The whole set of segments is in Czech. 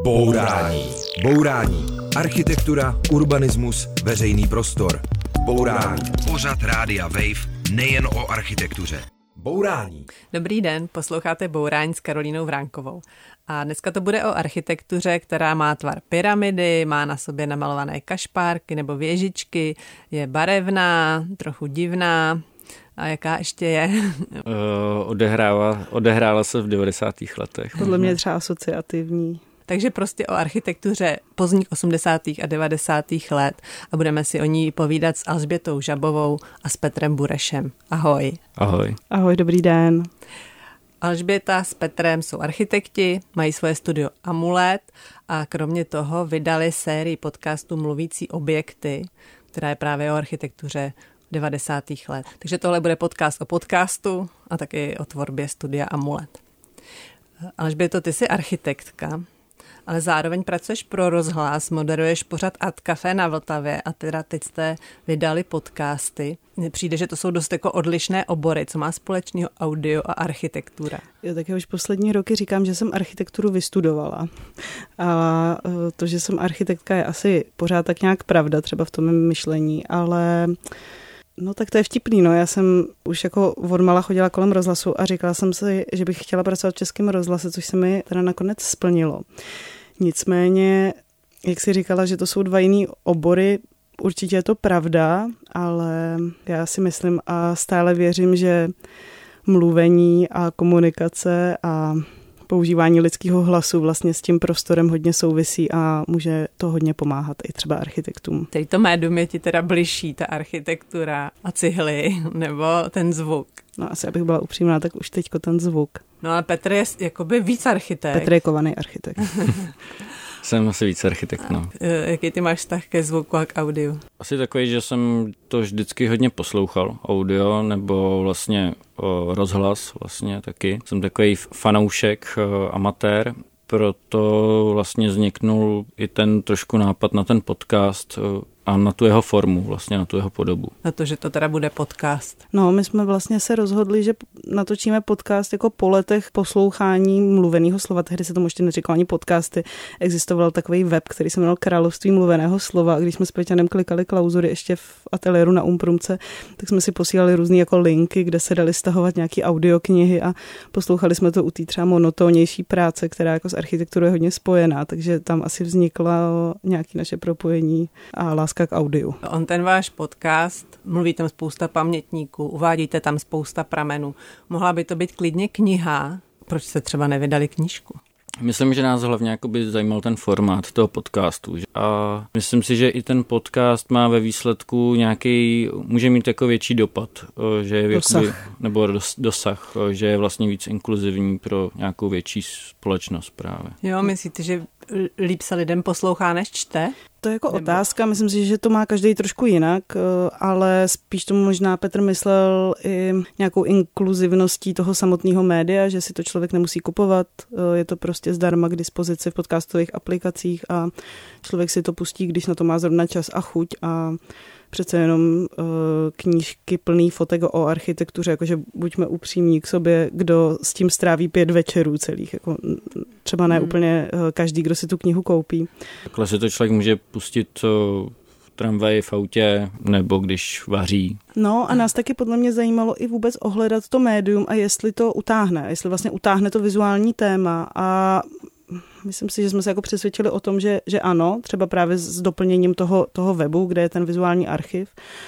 Bourání. Bourání. Architektura, urbanismus, veřejný prostor. Bourání. Pořad Rádia Wave nejen o architektuře. Bourání. Dobrý den, posloucháte Bourání s Karolínou Vránkovou. A dneska to bude o architektuře, která má tvar pyramidy, má na sobě namalované kašpárky nebo věžičky, je barevná, trochu divná. A jaká ještě je? Odehrála se v 90. letech. Podle mě třeba asociativní. Takže prostě o architektuře pozdních 80. a 90. let a budeme si o ní povídat s Alžbětou Žabovou a s Petrem Burešem. Ahoj. Ahoj. Ahoj, dobrý den. Alžběta s Petrem jsou architekti, mají svoje studio Amulet a kromě toho vydali sérii podcastů Mluvící objekty, která je právě o architektuře 90. let. Takže tohle bude podcast o podcastu a taky o tvorbě studia Amulet. Alžběto, ty jsi architektka, ale zároveň pracuješ pro rozhlas, moderuješ pořad Art Café na Vltavě a teda teď jste vydali podcasty. Mně přijde, že to jsou dost jako odlišné obory, co má společného audio a architektura. Jo, tak já už poslední roky říkám, že jsem architekturu vystudovala. A to, že jsem architektka, je asi pořád tak nějak pravda, třeba v tom mém myšlení, ale no tak to je vtipný, no. Já jsem už jako odmala chodila kolem rozhlasu a říkala jsem si, že bych chtěla pracovat v Českém rozhlase, což se mi teda nakonec splnilo. Nicméně, jak jsi říkala, že to jsou dva jiný obory, určitě je to pravda, ale já si myslím a stále věřím, že mluvení a komunikace a používání lidského hlasu vlastně s tím prostorem hodně souvisí a může to hodně pomáhat i třeba architektům. Tedy to médium je ti teda bližší, ta architektura a cihly, nebo ten zvuk? No asi, abych byla upřímná, tak už teďko ten zvuk. No ale Petr je jakoby víc architekt. Petr je kovaný architekt. Jsem asi víc architekt, no. Jaký ty máš vztah ke zvuku a k audiu? Asi takový, že jsem to vždycky hodně poslouchal, audio, nebo vlastně rozhlas vlastně taky. Jsem takový fanoušek, amatér, proto vlastně vzniknul i ten trošku nápad na ten podcast a na tu jeho formu, vlastně na tu jeho podobu. Na to, že to teda bude podcast. No, my jsme vlastně se rozhodli, že natočíme podcast jako po letech poslouchání mluveného slova. Tehdy se tomu ještě neříkalo ani podcasty. Existoval takový web, který se jmenoval Království mluveného slova. A když jsme s Peťanem klikali klauzury ještě v ateliéru na Umprumce, tak jsme si posílali různý jako linky, kde se dali stahovat nějaký audioknihy a poslouchali jsme to u té třeba monotónnější práce, která jako s architekturou je hodně spojená, takže tam asi vznikla nějaké naše propojení a láska k audiu. On ten váš podcast, mluví tam spousta pamětníků, uvádíte tam spousta pramenů. Mohla by to být klidně kniha? Proč jste třeba nevydali knížku? Myslím, že nás hlavně jakoby zajímal ten formát toho podcastu. A myslím si, že i ten podcast má ve výsledku nějaký, může mít jako větší dopad, že je dosah. Nebo dosah, že je vlastně víc inkluzivní pro nějakou větší společnost právě. Jo, myslíte, že líp se lidem poslouchá než čte? To je jako otázka, myslím si, že to má každý trošku jinak, ale spíš tomu možná Petr myslel i nějakou inkluzivností toho samotného média, že si to člověk nemusí kupovat, je to prostě zdarma k dispozici v podcastových aplikacích a člověk si to pustí, když na to má zrovna čas a chuť a přece jenom knížky plný fotek o architektuře, jakože buďme upřímní k sobě, kdo s tím stráví 5 večerů celých, jako třeba ne úplně každý, kdo si tu knihu koupí. Takhle si to člověk může pustit v tramvaji, v autě, nebo když vaří. No a nás taky podle mě zajímalo i vůbec ohledat to médium a jestli to utáhne, jestli vlastně utáhne to vizuální téma a myslím si, že jsme se jako přesvědčili o tom, že ano, třeba právě s doplněním toho webu, kde je ten vizuální archiv.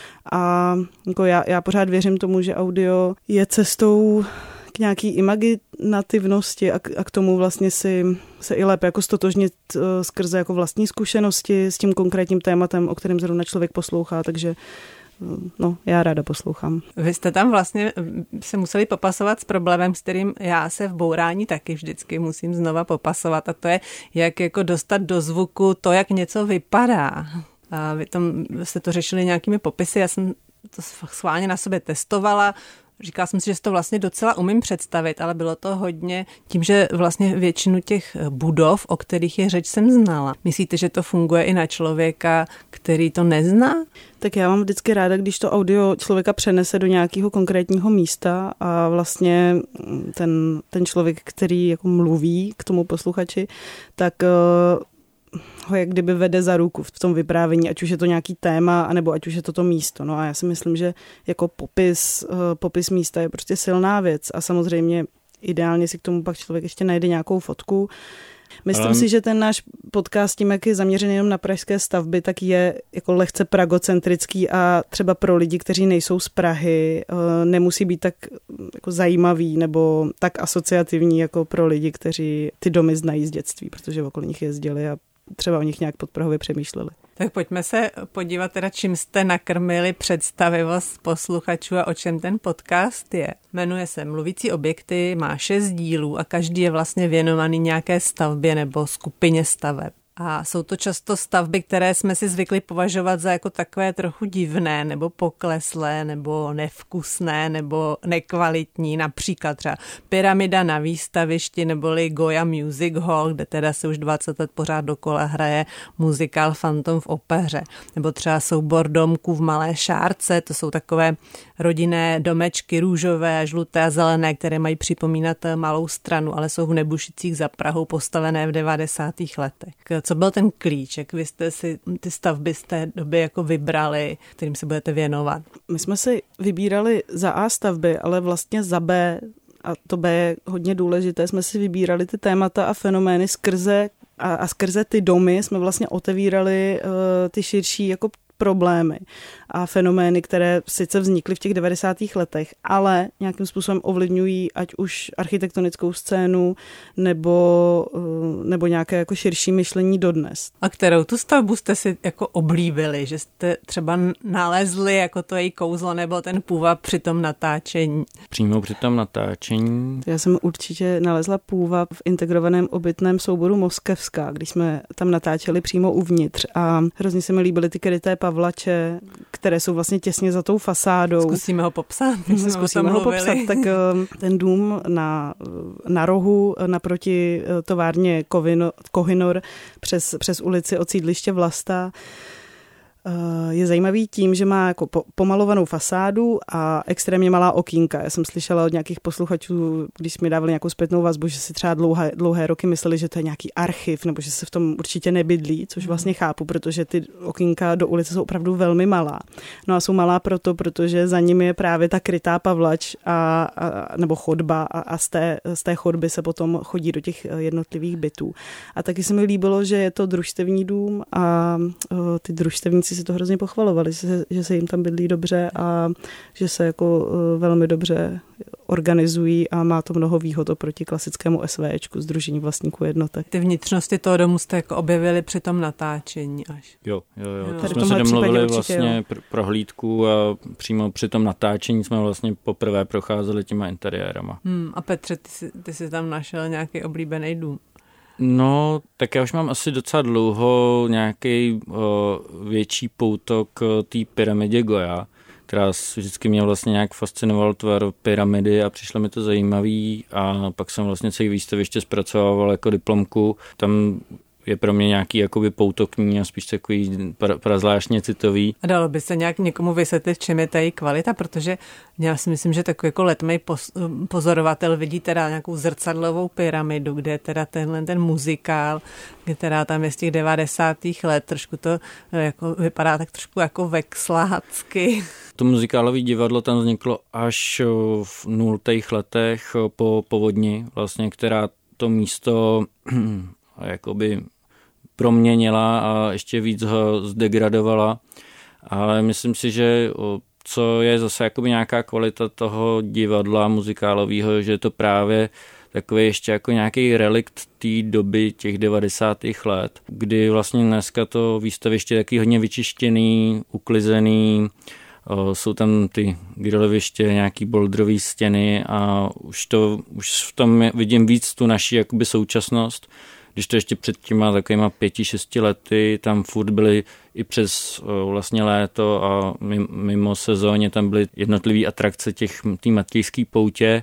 A jako já pořád věřím tomu, že audio je cestou k nějaký imaginativnosti a k tomu vlastně se i lépe jako stotožnit skrze jako vlastní zkušenosti s tím konkrétním tématem, o kterém zrovna člověk poslouchá, takže no, já ráda poslouchám. Vy jste tam vlastně se museli popasovat s problémem, s kterým já se v bourání taky vždycky musím znova popasovat a to je, jak jako dostat do zvuku to, jak něco vypadá. A vy jste to řešili nějakými popisy, já jsem to schválně na sobě testovala, Říkala jsem si, že si to vlastně docela umím představit, ale bylo to hodně tím, že vlastně většinu těch budov, o kterých je řeč, jsem znala. Myslíte, že to funguje i na člověka, který to nezná? Tak já mám vždycky ráda, když to audio člověka přenese do nějakého konkrétního místa a vlastně ten člověk, který jako mluví k tomu posluchači, tak ho jak kdyby vede za ruku v tom vyprávění, ať už je to nějaký téma, anebo ať už je to místo. No a já si myslím, že jako popis místa je prostě silná věc a samozřejmě ideálně si k tomu pak člověk ještě najde nějakou fotku. Myslím si, že ten náš podcast tím, jak je zaměřený jenom na pražské stavby, tak je jako lehce pragocentrický a třeba pro lidi, kteří nejsou z Prahy, nemusí být tak jako zajímavý nebo tak asociativní jako pro lidi, kteří ty domy znají z dětství, protože okolo nich jezdili a třeba o nich nějak podprahově přemýšleli. Tak pojďme se podívat teda, čím jste nakrmili představivost posluchačů a o čem ten podcast je. Jmenuje se Mluvící objekty, má 6 dílů a každý je vlastně věnovaný nějaké stavbě nebo skupině staveb. A jsou to často stavby, které jsme si zvykli považovat za jako takové trochu divné, nebo pokleslé, nebo nevkusné, nebo nekvalitní. Například třeba Pyramida na výstavišti, neboli Goya Music Hall, kde teda se už 20 let pořád dokola hraje muzikál Fantom v opeře. Nebo třeba soubor domků v Malé Šárce, to jsou takové rodinné domečky růžové, žluté a zelené, které mají připomínat Malou Stranu, ale jsou v Nebušicích za Prahou, postavené v 90. letech. Co byl ten klíč, jak vy jste si ty stavby z té doby jako vybrali, kterým se budete věnovat? My jsme si vybírali za A stavby, ale vlastně za B, a to B je hodně důležité, jsme si vybírali ty témata a fenomény skrze ty domy jsme vlastně otevírali ty širší jako problémy a fenomény, které sice vznikly v těch 90. letech, ale nějakým způsobem ovlivňují ať už architektonickou scénu nebo nějaké jako širší myšlení dodnes. A kterou tu stavbu jste si jako oblíbili, že jste třeba nalezli jako to její kouzlo nebo ten půvab při tom natáčení? Přímo při tom natáčení? Já jsem určitě nalezla půvab v integrovaném obytném souboru Moskevská, když jsme tam natáčeli přímo uvnitř a hrozně se mi líbily ty kryté pavlače, které jsou vlastně těsně za tou fasádou. Zkusíme ho popsat. Zkusíme ho popsat. Tak ten dům na rohu naproti továrně Kohinor přes ulici od sídliště Vlasta je zajímavý tím, že má jako pomalovanou fasádu a extrémně malá okýnka. Já jsem slyšela od nějakých posluchačů, když mi dávali nějakou zpětnou vazbu, že si třeba dlouhé roky mysleli, že to je nějaký archiv nebo že se v tom určitě nebydlí, což vlastně chápu, protože ty okýnka do ulice jsou opravdu velmi malá. No a jsou malá protože za nimi je právě ta krytá pavlač nebo chodba a z té chodby se potom chodí do těch jednotlivých bytů. A taky se mi líbilo, že je to družstevní dům a ty družstevníci si to hrozně pochvalovali, že se jim tam bydlí dobře a že se jako velmi dobře organizují a má to mnoho výhod oproti klasickému SVčku, Sdružení vlastníků jednotek. Ty vnitřnosti toho domu jste jako objevili při tom natáčení až. Jo. To jsme se domluvili vlastně prohlídku a přímo při tom natáčení jsme vlastně poprvé procházeli těma interiérama. A Petře, ty jsi tam našel nějaký oblíbený dům? No, tak já už mám asi docela dlouho nějaký větší pouto k té pyramidě Goya, která vždycky mě vlastně nějak fascinoval tvar pyramidy a přišlo mi to zajímavý a pak jsem vlastně celý výstaviště zpracovával jako diplomku. Tam je pro mě nějaký jakoby pouto k ní a spíš takový prazvláštně citový. A dalo by se nějak někomu vysvětlit, v čem je ta její kvalita, protože já si myslím, že takový jako letmej pozorovatel vidí teda nějakou zrcadlovou pyramidu, kde je teda ten muzikál, kde teda tam je z těch 90. let, trošku to jako vypadá tak trošku jako vexlácky. To muzikálové divadlo tam vzniklo až v 0. letech po povodni, vlastně, která to místo jakoby proměnila a ještě víc ho zdegradovala, ale myslím si, že co je zase jakoby nějaká kvalita toho divadla muzikálového, že je to právě takový ještě jako nějaký relikt té doby těch 90. let, kdy vlastně dneska to výstaviště je taky hodně vyčištěný, uklizený, jsou tam ty griloviště, nějaký boulderové stěny a už v tom vidím víc tu naši jakoby současnost, když to ještě před těma takovýma 5-6 lety, tam furt byly i přes vlastně léto a mimo sezóně tam byly jednotlivé atrakce té Matějské poutě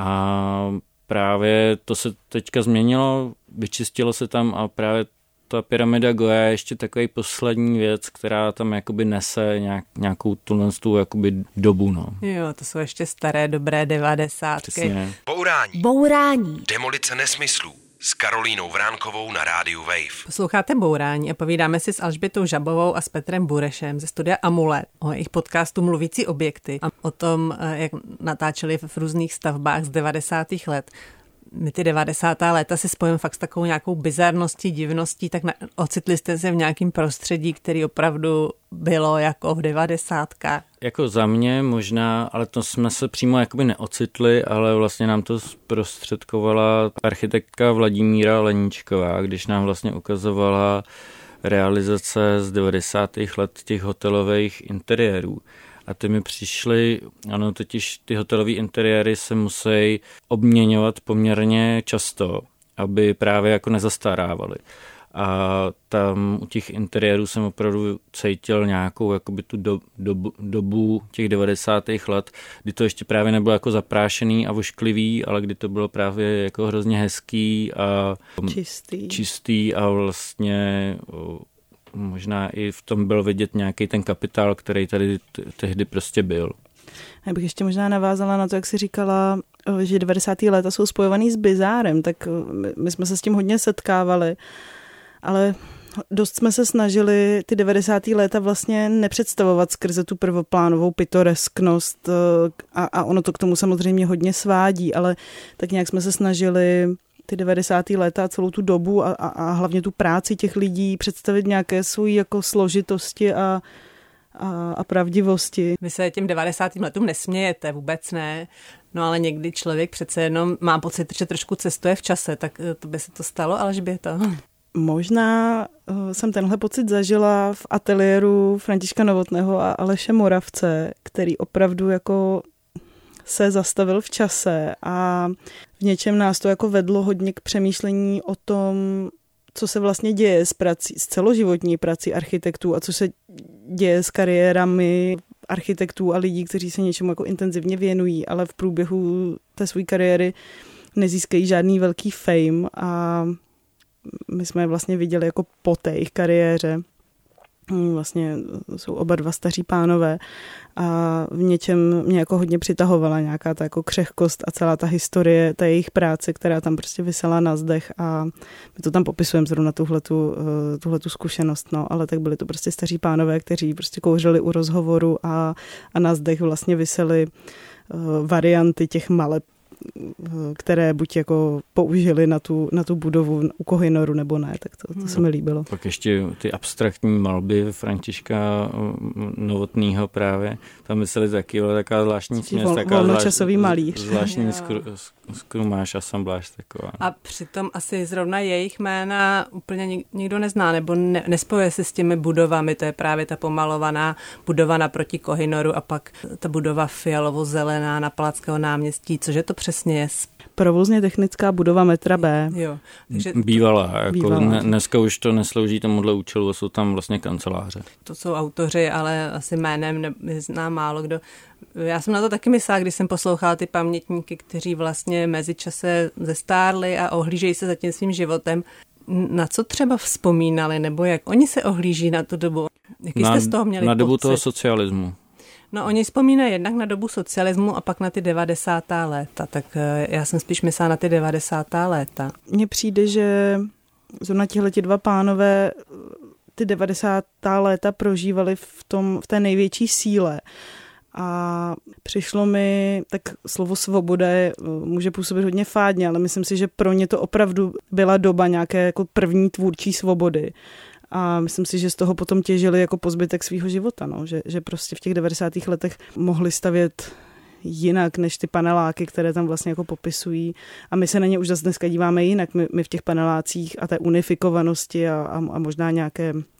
a právě to se teďka změnilo, vyčistilo se tam a právě ta pyramida Goya je ještě takový poslední věc, která tam jakoby nese nějakou tu jakoby dobu. No. Jo, to jsou ještě staré, dobré 90. Přesně. Bourání. Demolice nesmyslů s Karolínou Vránkovou na rádiu Wave. Posloucháte Bourání a povídáme si s Alžbětou Žabovou a s Petrem Burešem ze studia Amulet o jejich podcastu Mluvící objekty a o tom, jak natáčeli v různých stavbách z 90. let. My ty 90. léta si spojím fakt s takovou nějakou bizarností, divností, tak ocitli jste se v nějakém prostředí, který opravdu bylo jako v 90. Jako za mě možná, ale to jsme se přímo jakoby neocitli, ale vlastně nám to zprostředkovala architektka Vladimíra Leníčková, když nám vlastně ukazovala realizace z 90. let těch hotelových interiérů. A ty mi přišly, ano, totiž ty hotelové interiéry se musí obměňovat poměrně často, aby právě jako nezastarávaly. A tam u těch interiérů jsem opravdu cítil nějakou jakoby tu dobu těch 90. let, kdy to ještě právě nebylo jako zaprášený a vošklivý, ale kdy to bylo právě jako hrozně hezký a čistý a vlastně možná i v tom byl vidět nějaký ten kapitál, který tady tehdy prostě byl. Já bych ještě možná navázala na to, jak jsi říkala, že 90. léta jsou spojovaný s bizárem, tak my jsme se s tím hodně setkávali, ale dost jsme se snažili ty 90. léta vlastně nepředstavovat skrze tu prvoplánovou pitoresknost a ono to k tomu samozřejmě hodně svádí, ale tak nějak jsme se snažili ty 90. léta a celou tu dobu a hlavně tu práci těch lidí představit nějaké svojí jako složitosti a pravdivosti. Vy se těm 90. letům nesmějete, vůbec ne, no ale někdy člověk přece jenom má pocit, že trošku cestuje v čase, tak to by se to stalo, Alžběto? Možná jsem tenhle pocit zažila v ateliéru Františka Novotného a Aleše Moravce, který opravdu jako se zastavil v čase a v něčem nás to jako vedlo hodně k přemýšlení o tom, co se vlastně děje s prací, s celoživotní prací architektů a co se děje s kariérami architektů a lidí, kteří se něčemu jako intenzivně věnují, ale v průběhu té své kariéry nezískají žádný velký fame a my jsme je vlastně viděli jako po té jejich kariéře. Vlastně jsou oba dva staří pánové a v něčem mě jako hodně přitahovala nějaká ta jako křehkost a celá ta historie té jejich práce, která tam prostě visela na zdech a my to tam popisujeme zrovna tuhletu zkušenost, no, ale tak byli to prostě staří pánové, kteří prostě kouřili u rozhovoru a na zdech vlastně visely varianty těch maleb, které buď jako použili na tu budovu u Kohinoru nebo ne, tak to se mi líbilo. Pak ještě ty abstraktní malby Františka Novotného právě, tam mysleli taky, ale taková zvláštní směs, volnočasový malíř. Zvláštní skrumáž, asambláž taková. A přitom asi zrovna jejich jména úplně nikdo nezná, nebo nespojuje se s těmi budovami, to je právě ta pomalovaná budova naproti Kohinoru a pak ta budova fialovo-zelená na Palackého náměstí, což je to přesně je? Provozně technická budova metra B. Jo, takže Bývalá. Dneska už to neslouží tomuhle účelu, jsou tam vlastně kanceláře. To jsou autoři, ale asi jménem neznám málo kdo. Já jsem na to taky myslela, když jsem poslouchala ty pamětníky, kteří vlastně mezičase zestárli a ohlížejí se za tím svým životem. Na co třeba vzpomínali, nebo jak oni se ohlíží na tu dobu? Jaký jste z toho měli na dobu pocit? toho socialismu. No oni vzpomínají jednak na dobu socialismu a pak na ty 90. léta, tak já jsem spíš myslela na ty 90. léta. Mně přijde, že zrovna tihleti dva pánové ty 90. léta prožívali v té největší síle. A přišlo mi, tak slovo svoboda může působit hodně fádně, ale myslím si, že pro ně to opravdu byla doba nějaké jako první tvůrčí svobody. A myslím si, že z toho potom těžili jako po zbytek svýho života, no? že prostě v těch 90. letech mohli stavět jinak než ty paneláky, které tam vlastně jako popisují. A my se na ně už zase dneska díváme jinak. My v těch panelácích a té unifikovanosti a možná nějaké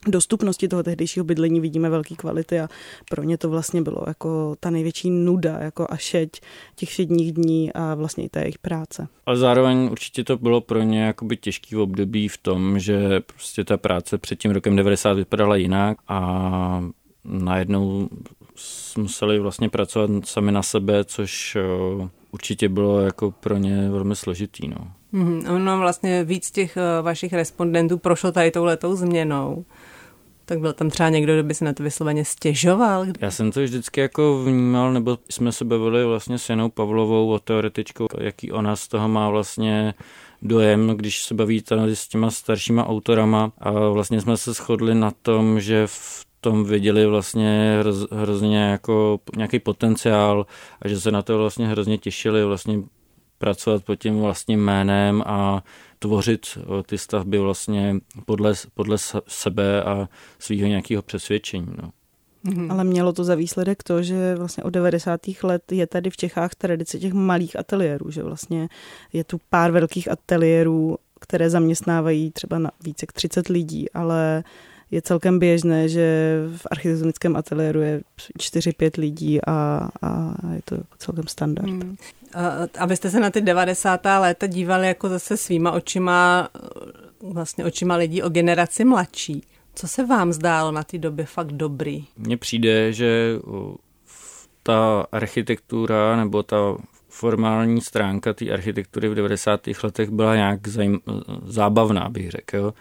dostupnosti toho tehdejšího bydlení vidíme velké kvality a pro ně to vlastně bylo jako ta největší nuda, jako a šeť těch všedních dní a vlastně i té jejich práce. Ale zároveň určitě to bylo pro ně jakoby těžký období v tom, že prostě ta práce před tím rokem 90 vypadala jinak a najednou museli vlastně pracovat sami na sebe, což určitě bylo jako pro ně velmi složitý. No. Ono vlastně víc těch vašich respondentů prošlo tady touhletou změnou. Tak byl tam třeba někdo, kdo by se na to vysloveně stěžoval? Já jsem to vždycky jako vnímal, nebo jsme se bavili vlastně s Janou Pavlovou o teoretičkou, jaký ona z toho má vlastně dojem, když se baví tady s těma staršíma autorama a vlastně jsme se shodli na tom, že v tom viděli vlastně hrozně jako nějaký potenciál a že se na to vlastně hrozně těšili vlastně pracovat pod tím vlastním jménem a tvořit ty stavby vlastně podle sebe a svého nějakého přesvědčení. No. Ale mělo to za výsledek to, že vlastně od 90. let je tady v Čechách tradice těch malých ateliérů, že vlastně je tu pár velkých ateliérů, které zaměstnávají třeba na více jak 30 lidí, ale je celkem běžné, že v architektonickém ateliéru je 4-5 lidí a je to celkem standard. A vy jste se na ty 90. léta dívali jako zase svýma očima, vlastně očima lidí o generaci mladší. Co se vám zdálo na té době fakt dobrý? Mně přijde, že ta architektura nebo ta formální stránka té architektury v 90. letech byla nějak zábavná, bych řekl. Jo?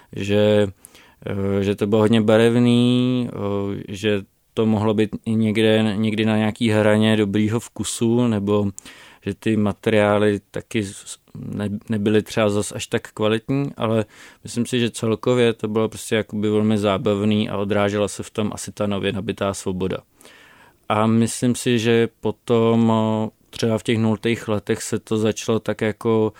Že to bylo hodně barevný, že to mohlo být i někdy na nějaký hraně dobrýho vkusu, nebo že ty materiály taky nebyly třeba zas až tak kvalitní, ale myslím si, že celkově to bylo prostě jakoby velmi zábavný a odrážela se v tom asi ta nově nabitá svoboda. A myslím si, že potom třeba v těch 0. letech se to začalo tak jako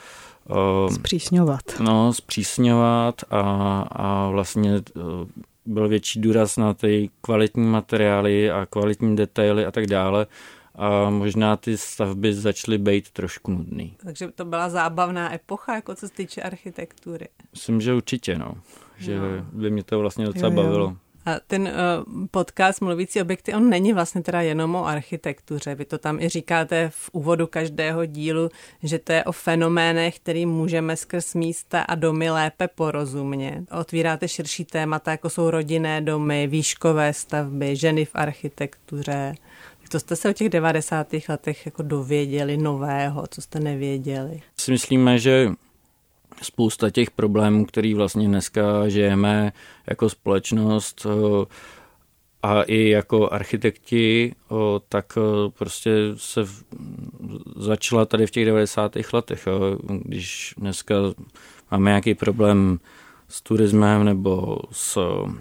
zpřísňovat a vlastně byl větší důraz na ty kvalitní materiály a kvalitní detaily a tak dále a možná ty stavby začaly být trošku nudný. Takže to byla zábavná epocha, jako co se týče architektury. Myslím, že určitě, že by mě to vlastně docela bavilo. A ten podcast Mluvící objekty, on není vlastně teda jenom o architektuře. Vy to tam i říkáte v úvodu každého dílu, že to je o fenoménech, který můžeme skrz místa a domy lépe porozumět. Otvíráte širší témata, jako jsou rodinné domy, výškové stavby, ženy v architektuře. Tak to jste se o těch 90. letech jako dověděli nového, co jste nevěděli? Si myslíme, že spousta těch problémů, který vlastně dneska žijeme jako společnost a i jako architekti, tak prostě se začala tady v těch 90. letech. Když dneska máme nějaký problém s turismem nebo s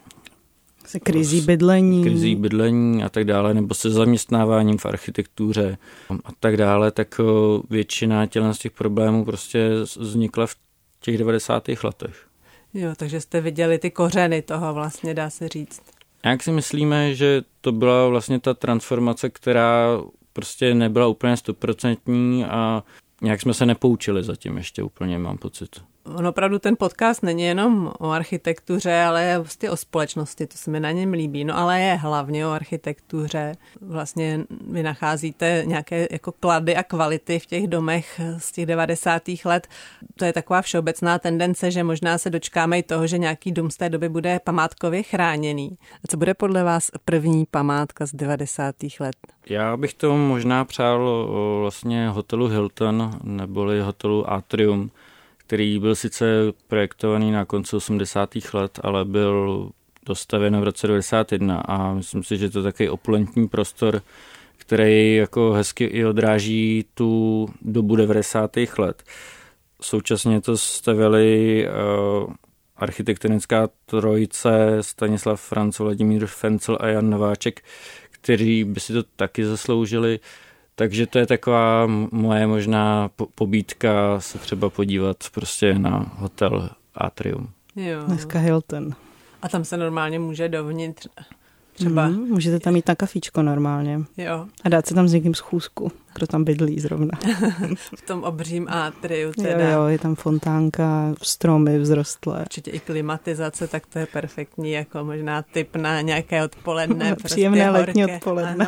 krizí bydlení a tak dále, nebo se zaměstnáváním v architektuře a tak dále, tak většina z těch problémů prostě vznikla v těch 90. letech. Jo, takže jste viděli ty kořeny toho vlastně, dá se říct. Jak si myslíme, že to byla vlastně ta transformace, která prostě nebyla úplně 100% a nějak jsme se nepoučili zatím ještě úplně, mám pocit. On opravdu ten podcast není jenom o architektuře, ale je vlastně o společnosti, to se mi na něm líbí, no ale je hlavně o architektuře. Vlastně vy nacházíte nějaké jako klady a kvality v těch domech z těch 90. let. To je taková všeobecná tendence, že možná se dočkáme i toho, že nějaký dům z té doby bude památkově chráněný. A co bude podle vás první památka z 90. let? Já bych to možná přál vlastně hotelu Hilton neboli hotelu Atrium, který byl sice projektovaný na konci 80. let, ale byl dostavěn v roce 1991 a myslím si, že to je takový opulentní prostor, který jako hezky i odráží tu dobu 90. let. Současně to stavěli architektonická trojice Stanislav Franc, Vladimír Fencl a Jan Nováček, kteří by si to taky zasloužili. Takže to je taková moje možná pobídka se třeba podívat prostě na hotel Atrium. Jo. Dneska Hilton. A tam se normálně může dovnitř třeba. Můžete tam jít na kafíčko normálně. Jo. A dát se tam s někým schůzku, kdo tam bydlí zrovna. V tom obřím atriu teda. Jo, je tam fontánka, stromy vzrostlé. Určitě i klimatizace, tak to je perfektní, jako možná tip na nějaké odpoledne. Příjemné prostě letní horké. odpoledne.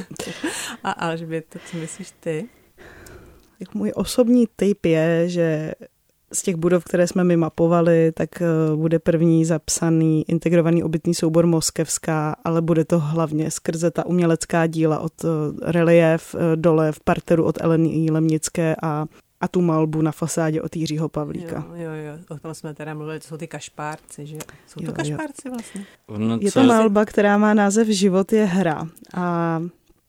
A Alžběto, co myslíš ty? Tak můj osobní tip je, že z těch budov, které jsme my mapovali, tak bude první zapsaný integrovaný obytný soubor Moskevská, ale bude to hlavně skrze ta umělecká díla od relief dole v parteru od Eleny Lemnické a tu malbu na fasádě od Jiřího Pavlíka. Jo, o tom jsme teda mluvili, to jsou ty kašpárci, že? Jsou to kašpárci vlastně? Je to malba, která má název Život je hra a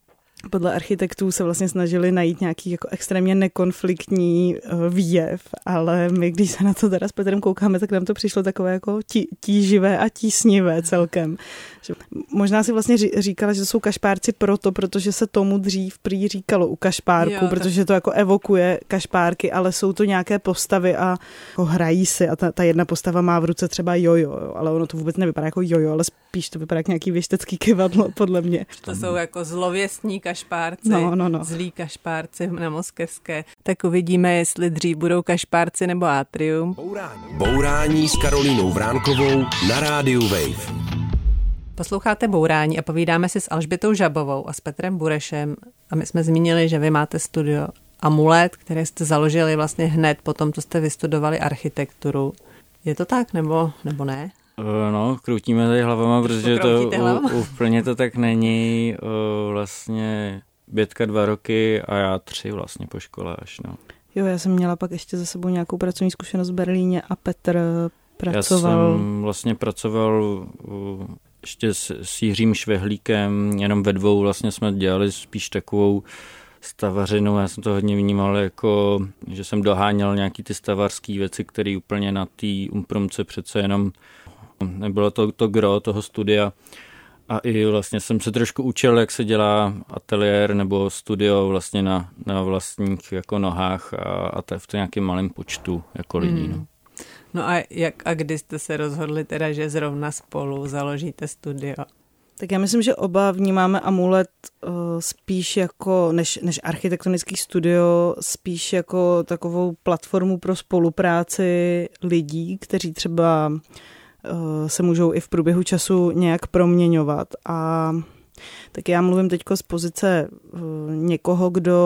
podle architektů se vlastně snažili najít nějaký jako extrémně nekonfliktní výjev, ale my, když se na to teda s Petrem koukáme, tak nám to přišlo takové jako tíživé a tísnivé celkem. Že možná si vlastně říkala, že to jsou kašpárci protože se tomu dřív prý říkalo u kašpárku, protože to jako evokuje kašpárky, ale jsou to nějaké postavy a jako hrají si a ta jedna postava má v ruce třeba jojo, ale ono to vůbec nevypadá jako jojo, ale spíš to vypadá jako nějaký věštecký kyvadlo, podle mě. To jsou jako zlověstní kašpárci, zlí kašpárci na Moskevské. Tak uvidíme, jestli dřív budou kašpárci nebo atrium. Bourání s Karolínou Vránkovou na rádiu Wave. Posloucháte Bourání a povídáme si s Alžbětou Žabovou a s Petrem Burešem. A my jsme zmínili, že vy máte studio Amulet, které jste založili vlastně hned po tom, co jste vystudovali architekturu. Je to tak, nebo ne? No, kroutíme tady hlavama, protože to úplně to tak není. Vlastně Bětka 2 roky a já 3 vlastně po škole až. No. Jo, já jsem měla pak ještě za sebou nějakou pracovní zkušenost v Berlíně a Petr pracoval. Já jsem vlastně pracoval ještě s Jiřím Švehlíkem, jenom ve 2 vlastně jsme dělali spíš takovou stavařinu. Já jsem to hodně vnímal jako, že jsem doháněl nějaký ty stavařský věci, které úplně na té Umprumce přece jenom nebylo to gro toho studia. A i vlastně jsem se trošku učil, jak se dělá ateliér nebo studio vlastně na vlastních jako nohách a to v nějakém malém počtu jako lidí. No a jak a kdy jste se rozhodli teda, že zrovna spolu založíte studio? Tak já myslím, že oba vnímáme Amulet spíš jako, než architektonický studio, spíš jako takovou platformu pro spolupráci lidí, kteří třeba se můžou i v průběhu času nějak proměňovat. A tak já mluvím teďko z pozice někoho, kdo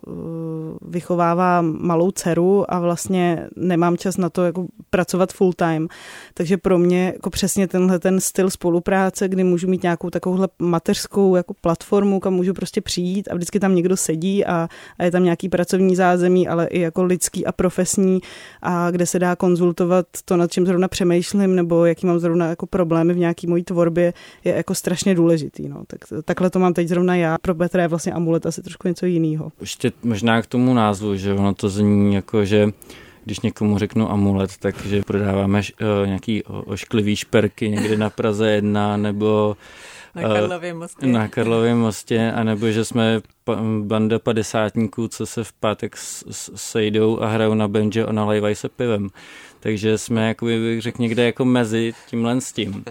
vychovává malou dceru a vlastně nemám čas na to jako pracovat full time. Takže pro mě jako přesně tenhle ten styl spolupráce, kdy můžu mít nějakou takovouhle mateřskou jako platformu, kam můžu prostě přijít a vždycky tam někdo sedí a je tam nějaký pracovní zázemí, ale i jako lidský a profesní a kde se dá konzultovat to, nad čím zrovna přemýšlím nebo jaký mám zrovna jako problémy v nějaký mojí tvorbě, je jako strašně důležitý. No. Takhle to mám teď zrovna já. Pro Petra je vlastně Amulet asi trošku něco jiného. Ještě možná k tomu názvu, že ono to zní jako, že když někomu řeknu Amulet, takže prodáváme nějaký ošklivý šperky někde na Praze 1 nebo na Karlově mostě, anebo že jsme banda padesátníků, co se v pátek sejdou a hrajou na banjo a nalejvají se pivem. Takže jsme, jakoby, bych řekl, někde jako mezi tímhle s tím.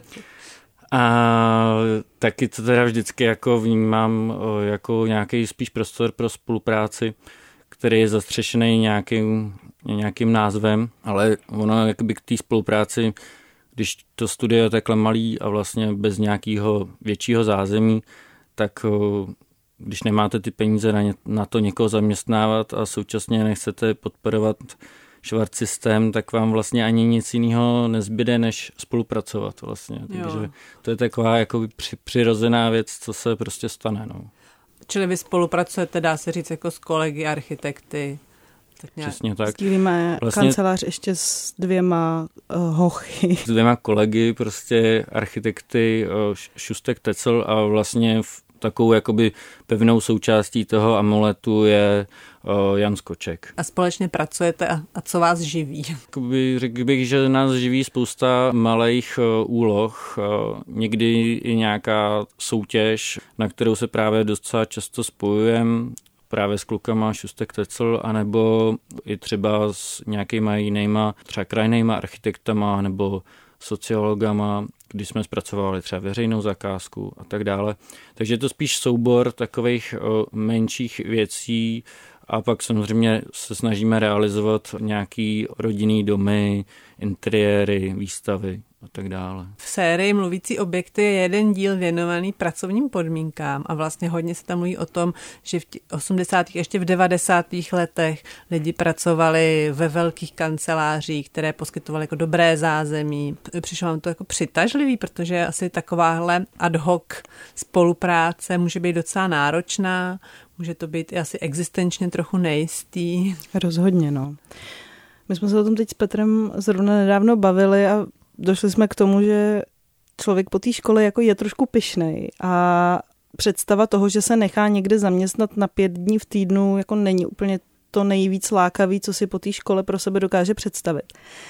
A taky to teda vždycky jako vnímám jako nějaký spíš prostor pro spolupráci, který je zastřešený nějakým názvem, ale ono jakoby k té spolupráci, když to studio je takhle malý a vlastně bez nějakého většího zázemí, tak když nemáte ty peníze na to někoho zaměstnávat a současně nechcete podporovat švart systém, tak vám vlastně ani nic jiného nezbyde, než spolupracovat vlastně. Takže to je taková jako přirozená věc, co se prostě stane. No. Čili vy spolupracujete, dá se říct, jako s kolegy architekty. Tak přesně tak. Sdílíme vlastně kancelář ještě s 2 hochy. S 2 kolegy, prostě architekty Šustek Tecel a vlastně takovou jakoby pevnou součástí toho Amuletu je Jan Skoček. A společně pracujete a co vás živí? Řekl bych, že nás živí spousta malých úloh, někdy i nějaká soutěž, na kterou se právě docela často spojujeme, právě s klukama Šustek Tecel, anebo i třeba s nějakýma jinýma, třeba krajnýma architektama nebo sociologama, když jsme zpracovali třeba veřejnou zakázku a tak dále. Takže je to spíš soubor takových menších věcí a pak samozřejmě se snažíme realizovat nějaký rodinný domy, interiéry, výstavy a tak dále. V sérii Mluvící objekty je jeden díl věnovaný pracovním podmínkám a vlastně hodně se tam mluví o tom, že v 80. ještě v 90. letech lidi pracovali ve velkých kancelářích, které poskytovaly jako dobré zázemí. Přišlo vám to jako přitažlivý, protože asi takováhle ad hoc spolupráce může být docela náročná, může to být i asi existenčně trochu nejistý. Rozhodně, no. My jsme se o tom teď s Petrem zrovna nedávno bavili a došli jsme k tomu, že člověk po té škole jako je trošku pyšnej a představa toho, že se nechá někde zaměstnat na 5 dní v týdnu, jako není úplně to nejvíc lákavý, co si po té škole pro sebe dokáže představit.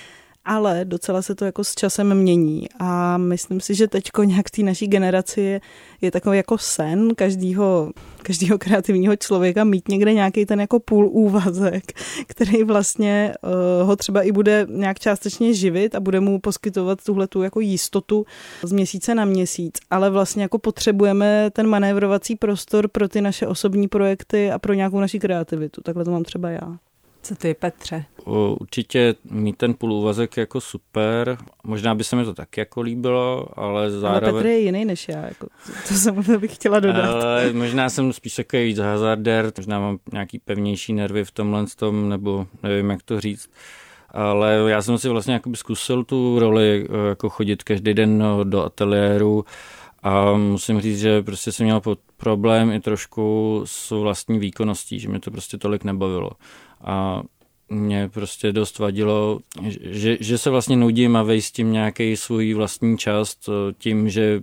Ale docela se to jako s časem mění a myslím si, že teďko nějak v té naší generaci je takový jako sen každého kreativního člověka mít někde nějaký ten jako půl úvazek, který vlastně ho třeba i bude nějak částečně živit a bude mu poskytovat tuhletu jako jistotu z měsíce na měsíc, ale vlastně jako potřebujeme ten manévrovací prostor pro ty naše osobní projekty a pro nějakou naši kreativitu. Takhle to mám třeba já. Co ty, Petře? Určitě mít ten půlúvazek jako super. Možná by se mi to tak jako líbilo, ale zároveň... Ale Petr je jiný než já, jako, to bych chtěla dodat. Ale možná jsem spíš takový víc hazardér, možná mám nějaký pevnější nervy v tomhle tom, nebo nevím, jak to říct. Ale já jsem si vlastně jakoby zkusil tu roli, jako chodit každý den do ateliéru a musím říct, že prostě jsem měl problém i trošku s vlastní výkonností, že mě to prostě tolik nebavilo. A mě prostě dost vadilo, že se vlastně nudím a vejstím nějaký svůj vlastní čas tím, že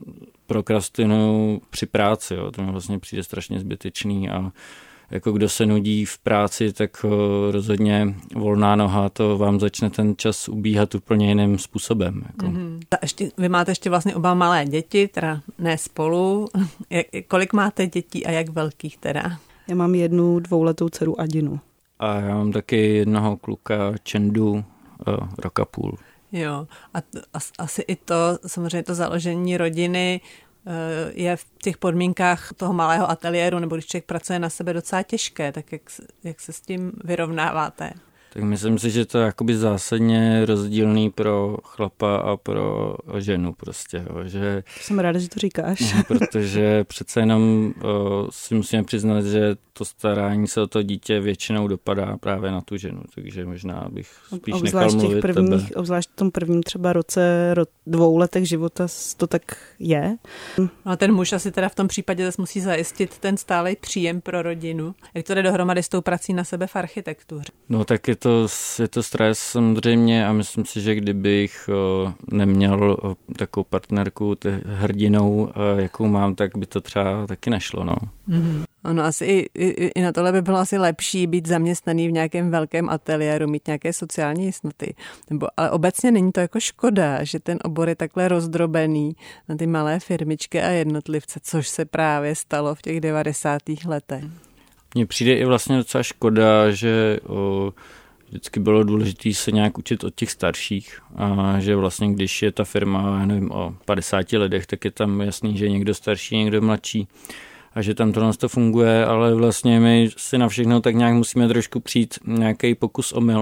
prokrastinuju při práci. Jo. To mi vlastně přijde strašně zbytečný a jako kdo se nudí v práci, tak rozhodně volná noha, to vám začne ten čas ubíhat úplně jiným způsobem. Jako. Vy máte ještě vlastně oba malé děti, teda ne spolu. Kolik máte dětí a jak velkých teda? Já mám 1 dvouletou dceru Adinu. A já mám taky jednoho kluka Čendu, 1,5 roku. Jo, a asi i to, samozřejmě to založení rodiny je v těch podmínkách toho malého ateliéru, nebo když člověk pracuje na sebe docela těžké, tak jak se s tím vyrovnáváte? Tak myslím si, že to je jakoby zásadně rozdílný pro chlapa a pro ženu prostě. Jo, že, jsem ráda, že to říkáš. Protože přece jenom si musíme přiznat, že to starání se o to dítě většinou dopadá právě na tu ženu, takže možná bych spíš nechal mluvit tebe. Obzvlášť v tom prvním třeba roce, 2 letech života to tak je. No a ten muž asi teda v tom případě zase musí zajistit ten stálý příjem pro rodinu. Jak to jde dohromady s tou prací na sebe v architektuře? No tak je to stres samozřejmě a myslím si, že kdybych neměl takovou partnerku hrdinou, jakou mám, tak by to třeba taky nešlo, no. Mm-hmm. Ono asi i na tohle by bylo asi lepší být zaměstnaný v nějakém velkém ateliéru, mít nějaké sociální jistoty. Ale obecně není to jako škoda, že ten obor je takhle rozdrobený na ty malé firmičky a jednotlivce, což se právě stalo v těch 90. letech. Mně přijde i vlastně docela škoda, že vždycky bylo důležité se nějak učit od těch starších a že vlastně když je ta firma, já nevím, o 50 lidech, tak je tam jasný, že je někdo starší, někdo mladší a že tam to funguje, ale vlastně my si na všechno tak nějak musíme trošku přijít nějaký pokus omyl.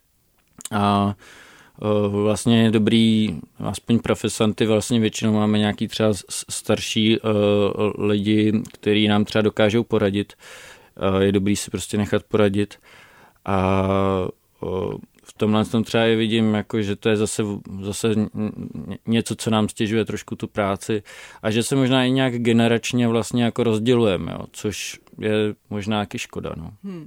A vlastně je dobrý, aspoň profesanty, vlastně většinou máme nějaký třeba starší lidi, kteří nám třeba dokážou poradit. Je dobrý si prostě nechat poradit. A v tomhle tom třeba i vidím, jako, že to je zase něco, co nám stěžuje trošku tu práci a že se možná i nějak generačně vlastně jako rozdělujeme, jo, což je možná taky škoda. No.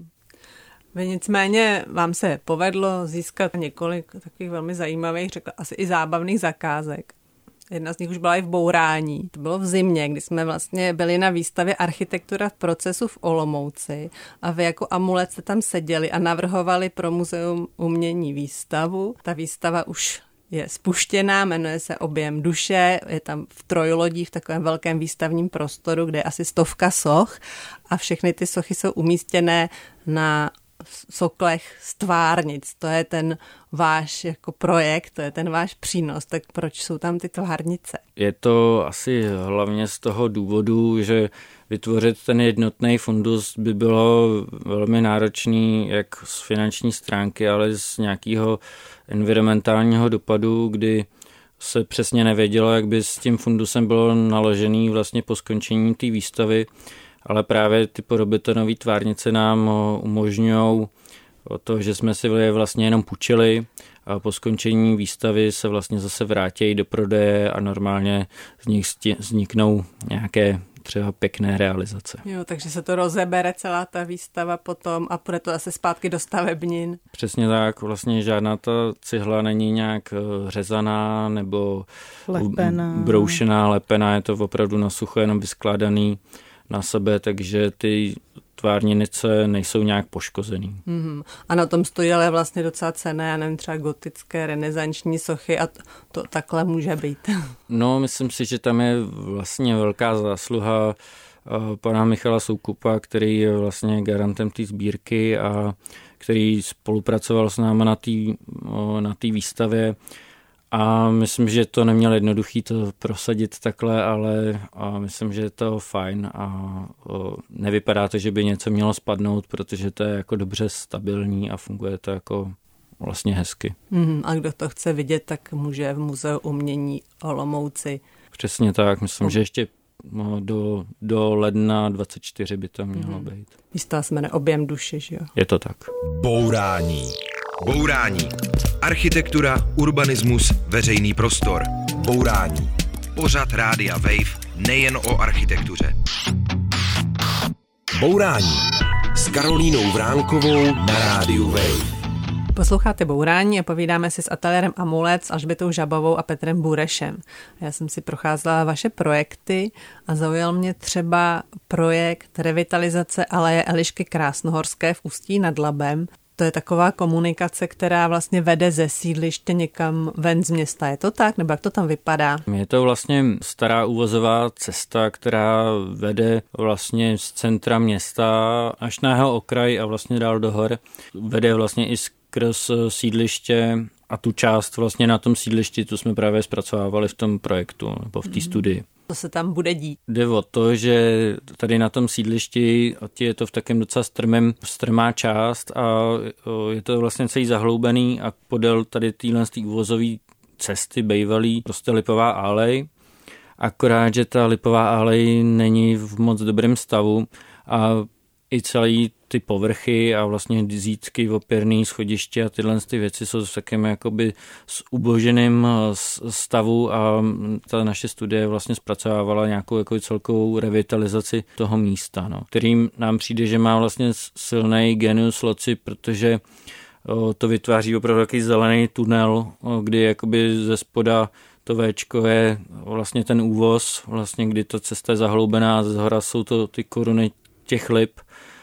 Vy nicméně vám se povedlo získat několik takových velmi zajímavých, řekla asi i zábavných zakázek. Jedna z nich už byla i v Bourání. To bylo v zimě, kdy jsme vlastně byli na výstavě Architektura v procesu v Olomouci a vy jako Amulet jste tam seděli a navrhovali pro Muzeum umění výstavu. Ta výstava už je spuštěná, jmenuje se Objem duše, je tam v trojlodí v takovém velkém výstavním prostoru, kde je asi 100 soch a všechny ty sochy jsou umístěné na soklech stvárnic. To je ten váš jako projekt, to je ten váš přínos. Tak proč jsou tam ty tvárnice? Je to asi hlavně z toho důvodu, že vytvořit ten jednotný fundus by bylo velmi náročný jak z finanční stránky, ale z nějakého environmentálního dopadu, kdy se přesně nevědělo, jak by s tím fundusem bylo naložený vlastně po skončení té výstavy, ale právě ty podobetonové tvárnice nám umožňují to, že jsme si je vlastně jenom půjčili a po skončení výstavy se vlastně zase vrátí do prodeje a normálně z nich vzniknou nějaké třeba pěkné realizace. Jo, takže se to rozebere celá ta výstava potom a půjde to zase zpátky do stavebnin. Přesně tak, vlastně žádná ta cihla není nějak řezaná nebo broušená, lepená, je to opravdu na sucho jenom vyskládaný na sebe, takže ty tvárnice nejsou nějak poškozený. A na tom stojí ale vlastně docela cenné, já nevím, třeba gotické, renesanční sochy a to takhle může být. No, myslím si, že tam je vlastně velká zásluha pana Michala Soukupa, který je vlastně garantem té sbírky a který spolupracoval s námi na té výstavě. A myslím, že to neměl jednoduchý to prosadit takhle, ale myslím, že je to fajn a nevypadá to, že by něco mělo spadnout, protože to je jako dobře stabilní a funguje to jako vlastně hezky. A kdo to chce vidět, tak může v Muzeu umění Olomouci. Přesně tak, myslím, že ještě do ledna 24 by to mělo být. Výstava se jmenuje Objem duše, že jo? Je to tak. Bourání. Architektura, urbanismus, veřejný prostor. Bourání. Pořad Rádia Wave nejen o architektuře. Bourání s Karolínou Vránkovou na Rádiu Wave. Posloucháte Bourání a povídáme si s ateliérem Amulet, s Alžbětou Žabovou a Petrem Burešem. Já jsem si procházela vaše projekty a zaujal mě třeba projekt revitalizace aleje Elišky Krásnohorské v Ústí nad Labem. To je taková komunikace, která vlastně vede ze sídliště někam ven z města. Je to tak? Nebo jak to tam vypadá? Je to vlastně stará úvozová cesta, která vede vlastně z centra města až na jeho okraj a vlastně dál do hor. Vede vlastně i skrz sídliště a tu část vlastně na tom sídlišti, tu jsme právě zpracovávali v tom projektu nebo v té studii. Co se tam bude dít? Jde o to, že tady na tom sídlišti je to v takém docela strmá část a je to vlastně celý zahloubený a podél tady téhle úvozové cesty bejvalý prostě lipová alej. Akorát, že ta lipová alej není v moc dobrém stavu a i celý ty povrchy a vlastně zítky, opěrný schodiště a tyhle ty věci jsou v takém jakoby s uboženým stavu a ta naše studie vlastně zpracovávala nějakou jako celkovou revitalizaci toho místa, no, kterým nám přijde, že má vlastně silný genius loci, protože to vytváří opravdu takový zelený tunel, kdy jakoby ze spoda to Véčko je vlastně ten úvoz, vlastně kdy ta cesta je zahloubená, ze zhora jsou to ty koruny těch lip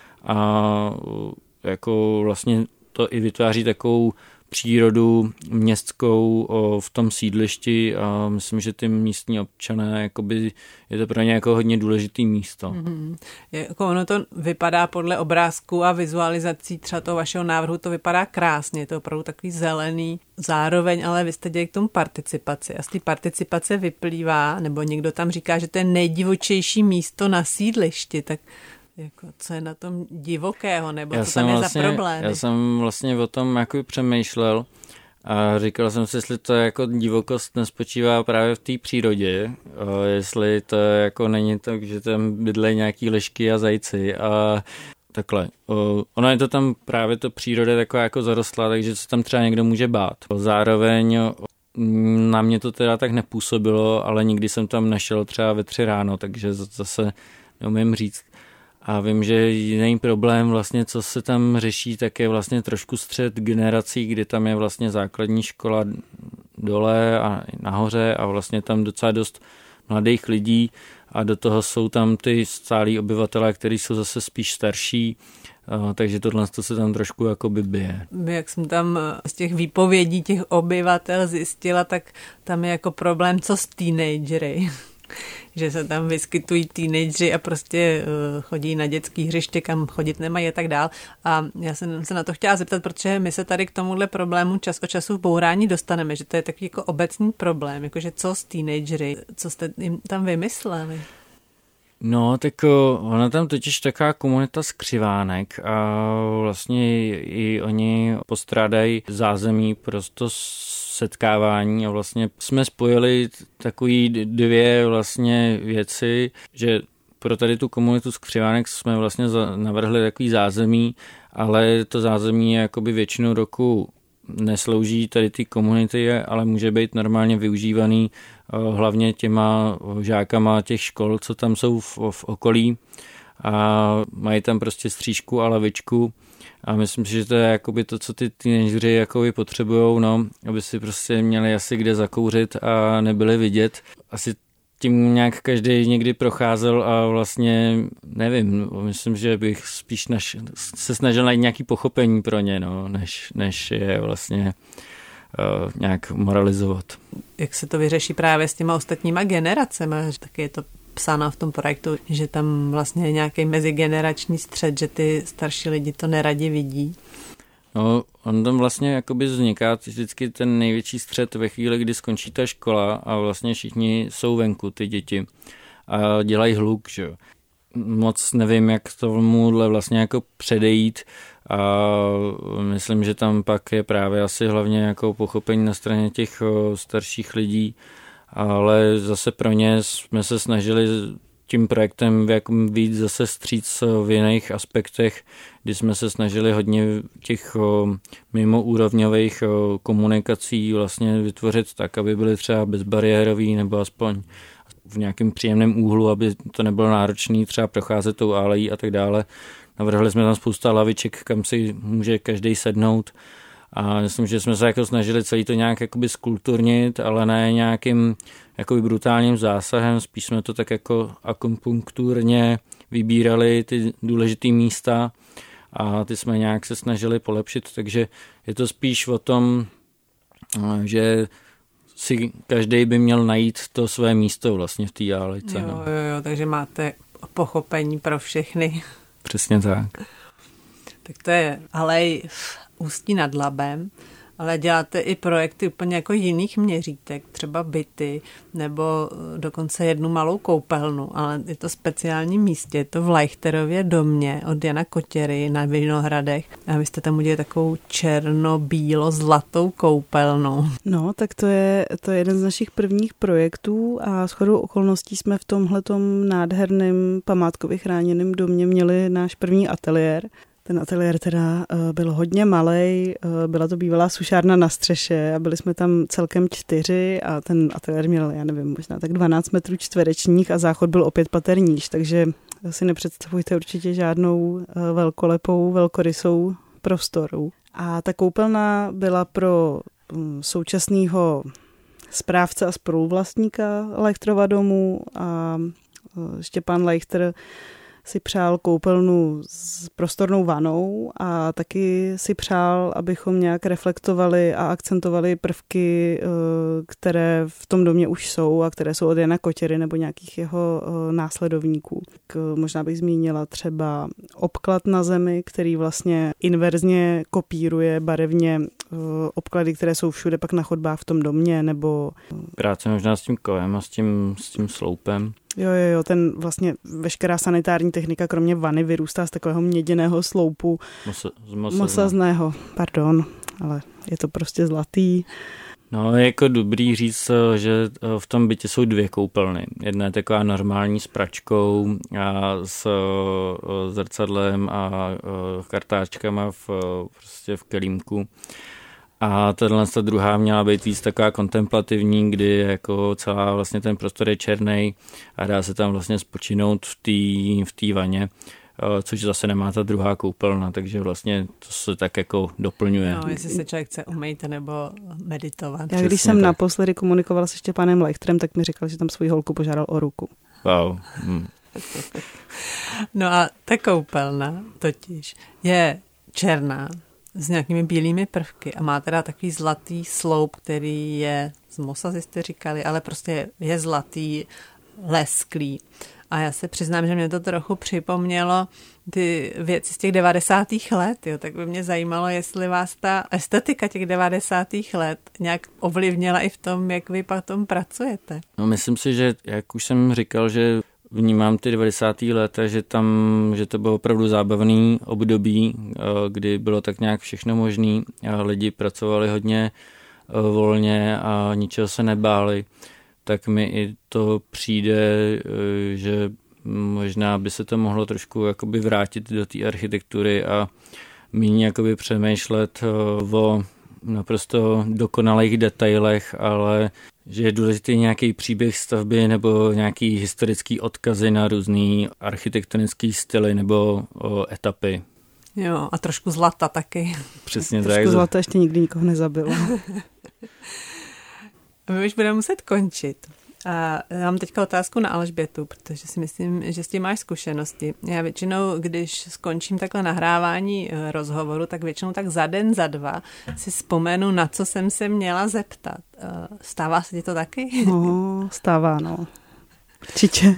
a jako vlastně to i vytváří takovou přírodu městskou v tom sídlišti a myslím, že ty místní občané, jakoby, je to pro ně jako hodně důležitý místo. Jako ono to vypadá podle obrázků a vizualizací třeba toho vašeho návrhu, to vypadá krásně, je to opravdu takový zelený, zároveň ale vy jste dělali k tomu participaci a z té participace vyplývá, nebo někdo tam říká, že to je nejdivočejší místo na sídlišti, tak jako, co je na tom divokého, nebo co tam je za problémy? Já jsem vlastně o tom jako přemýšlel a říkal jsem si, jestli to jako divokost nespočívá právě v té přírodě, jestli to jako není tak, že tam bydlejí nějaký lišky a zajíci a takhle. Ono je to tam právě to příroda taková jako zarostlá, takže se tam třeba někdo může bát. Zároveň na mě to teda tak nepůsobilo, ale nikdy jsem tam nešel třeba ve 3 ráno, takže zase neumím říct. A vím, že jiný problém vlastně, co se tam řeší, tak je vlastně trošku střet generací, kdy tam je vlastně základní škola dole a nahoře a vlastně tam docela dost mladých lidí a do toho jsou tam ty stálí obyvatelé, kteří jsou zase spíš starší, takže tohle se tam trošku jakoby bije. Jak jsem tam z těch výpovědí těch obyvatel zjistila, tak tam je jako problém, co s teenagery. že se tam vyskytují teenageři a prostě chodí na dětský hřiště, kam chodit nemají a tak dál. A já jsem se na to chtěla zeptat, protože my se tady k tomuhle problému čas od času v bourání dostaneme, že to je takový jako obecný problém, jakože co s teenagery, co jste jim tam vymysleli? No, tak ona tam totiž taková komunita skřivánek a vlastně i oni postrádají zázemí prosto setkávání a vlastně jsme spojili takový dvě vlastně věci, že pro tady tu komunitu skřivánek jsme vlastně navrhli takový zázemí, ale to zázemí je jakoby většinu roku neslouží tady ty komunity, ale může být normálně využívaný hlavně těma žákama těch škol, co tam jsou v okolí a mají tam prostě střížku a lavičku a myslím si, že to je jakoby to, co ty teenageři jakoby potřebujou, no, aby si prostě měli asi kde zakouřit a nebyli vidět. Asi tím nějak každý někdy procházel a vlastně nevím, myslím, že bych spíš se snažil najít nějaký pochopení pro ně, no, než je vlastně nějak moralizovat. Jak se to vyřeší právě s těma ostatníma generacemi? Taky je to psáno v tom projektu, že tam vlastně je nějaký mezigenerační střed, že ty starší lidi to neradi vidí. No, on tam vlastně jakoby vzniká vždycky ten největší střed ve chvíli, kdy skončí ta škola a vlastně všichni jsou venku, ty děti, a dělají hluk, že jo. Moc nevím, jak tomuhle vlastně jako předejít a myslím, že tam pak je právě asi hlavně jako pochopení na straně těch starších lidí, ale zase pro ně jsme se snažili tím projektem víc zase vstříc v jiných aspektech, kdy jsme se snažili hodně těch mimoúrovňových komunikací vlastně vytvořit tak, aby byly třeba bezbariérový nebo aspoň v nějakém příjemném úhlu, aby to nebylo náročné třeba procházet tou alejí a tak dále. Navrhli jsme tam spousta laviček, kam si může každý sednout a myslím, že jsme se jako snažili celý to nějak jakoby skulturnit, ale ne nějakým jakoby brutálním zásahem, spíš jsme to tak jako akupunkturně vybírali ty důležitý místa a ty jsme nějak se snažili polepšit, takže je to spíš o tom, že si každý by měl najít to své místo vlastně v té alejce. Jo, takže máte pochopení pro všechny. Přesně tak. Tak to je alej v Ústí nad Labem, ale děláte i projekty úplně jako jiných měřítek, třeba byty nebo dokonce jednu malou koupelnu, ale je to speciální místě, je to v Lajchterově domě od Jana Kotěry na Vinohradech a vy jste tam udělali takovou černobílo-zlatou koupelnu. No, tak to je jeden z našich prvních projektů a shodou okolností jsme v tomhletom nádherném památkově chráněném domě měli náš první ateliér. Ten ateliér teda byl hodně malej, byla to bývalá sušárna na střeše a byli jsme tam celkem 4 a ten ateliér měl, já nevím, možná tak 12 metrů čtverečních a záchod byl opět pater níž, takže si nepředstavujte určitě žádnou velkolepou, velkorysou prostoru. A ta koupelna byla pro současného správce a spoluvlastníka Lajchterova domu a Štěpán Lajchter si přál koupelnu s prostornou vanou a taky si přál, abychom nějak reflektovali a akcentovali prvky, které v tom domě už jsou a které jsou od Jana Kotěry nebo nějakých jeho následovníků. Možná bych zmínila třeba obklad na zemi, který vlastně inverzně kopíruje barevně obklady, které jsou všude pak na chodbách v tom domě, nebo... Práce možná s tím kovem a s tím sloupem. Jo, ten vlastně veškerá sanitární technika, kromě vany, vyrůstá z takového měděného sloupu. Mosazného, pardon, ale je to prostě zlatý. No, je jako dobrý říct, že v tom bytě jsou 2 koupelny. Jedna je taková normální s pračkou a s zrcadlem a kartáčkama prostě v kelímku. A ta druhá měla být víc taková kontemplativní, kdy jako celá vlastně ten prostor je černý a dá se tam vlastně spočinout v té vaně, což zase nemá ta druhá koupelna, takže vlastně to se tak jako doplňuje. No, jestli se člověk chce umýt nebo meditovat. Já když jsem naposledy komunikovala se Štěpánem Lajchterem, tak mi říkal, že tam svou holku požádal o ruku. Wow. No a ta koupelna totiž je černá, s nějakými bílými prvky a má teda takový zlatý sloup, který je z mosazy, jste říkali, ale prostě je zlatý lesklý. A já se přiznám, že mě to trochu připomnělo ty věci z těch 90. let, jo, tak by mě zajímalo, jestli vás ta estetika těch 90. let nějak ovlivnila i v tom, jak vy potom pracujete. No, myslím si, že jak už jsem říkal, že vnímám ty 90. léta, že to bylo opravdu zábavný období, kdy bylo tak nějak všechno možný a lidi pracovali hodně volně a ničeho se nebáli, tak mi i to přijde, že možná by se to mohlo trošku jakoby vrátit do té architektury a méně jakoby přemýšlet o naprosto dokonalých detailech, ale že je důležitý nějaký příběh stavby nebo nějaký historický odkazy na různý architektonický styly nebo etapy. Jo, a trošku zlata taky. Přesně tak. Trošku zlata ještě nikdy nikoho nezabilo. My už budeme muset končit. A mám teďka otázku na Alžbětu, protože si myslím, že s tím máš zkušenosti. Já většinou, když skončím takhle nahrávání rozhovoru, tak většinou tak za den, za dva si vzpomenu, na co jsem se měla zeptat. Stává se ti to taky? No, stává, no. Určitě.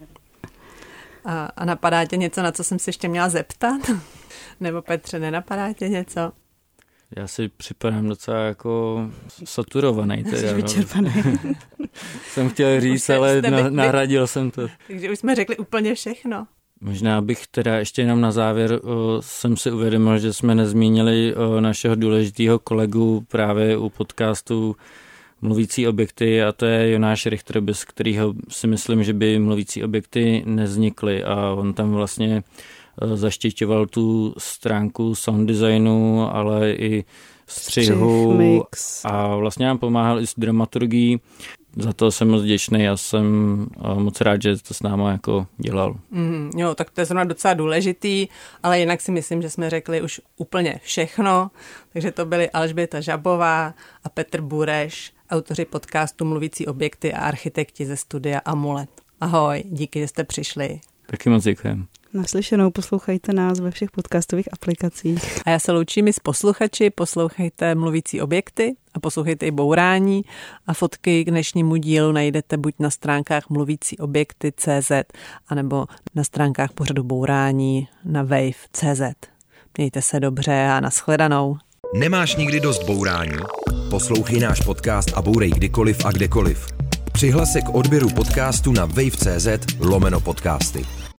A napadá tě něco, na co jsem se ještě měla zeptat? Nebo Petře, nenapadá tě něco? Já si připadám docela jako saturovaný. Jsi vyčerpaný. Jsem chtěl říct, ale nahradil jsem to. Takže už jsme řekli úplně všechno. Možná bych teda ještě jenom na závěr jsem si uvědomil, že jsme nezmínili našeho důležitého kolegu právě u podcastu Mluvící objekty a to je Jonáš Richter, bez kterého si myslím, že by Mluvící objekty nevznikly a on tam vlastně zaštiťoval tu stránku sound designu, ale i střihu mix. A vlastně nám pomáhal i s dramaturgií. Za to jsem moc vděčný a jsem moc rád, že to s náma jako dělal. Jo, tak to je zrovna docela důležitý, ale jinak si myslím, že jsme řekli už úplně všechno, takže to byly Alžběta Žabová a Petr Bureš, autoři podcastu Mluvící objekty a architekti ze studia Amulet. Ahoj, díky, že jste přišli. Taky moc děkujem. Naslyšenou, poslouchejte nás ve všech podcastových aplikacích. A já se loučím i s posluchači, poslouchejte Mluvící objekty a poslouchejte i Bourání a fotky k dnešnímu dílu najdete buď na stránkách mluvícíobjekty.cz anebo na stránkách pořadu Bourání na wave.cz. Mějte se dobře a nashledanou. Nemáš nikdy dost bourání? Poslouchej náš podcast a bourej kdykoliv a kdekoliv. Přihlas se k odběru podcastu na wave.cz/podcasty.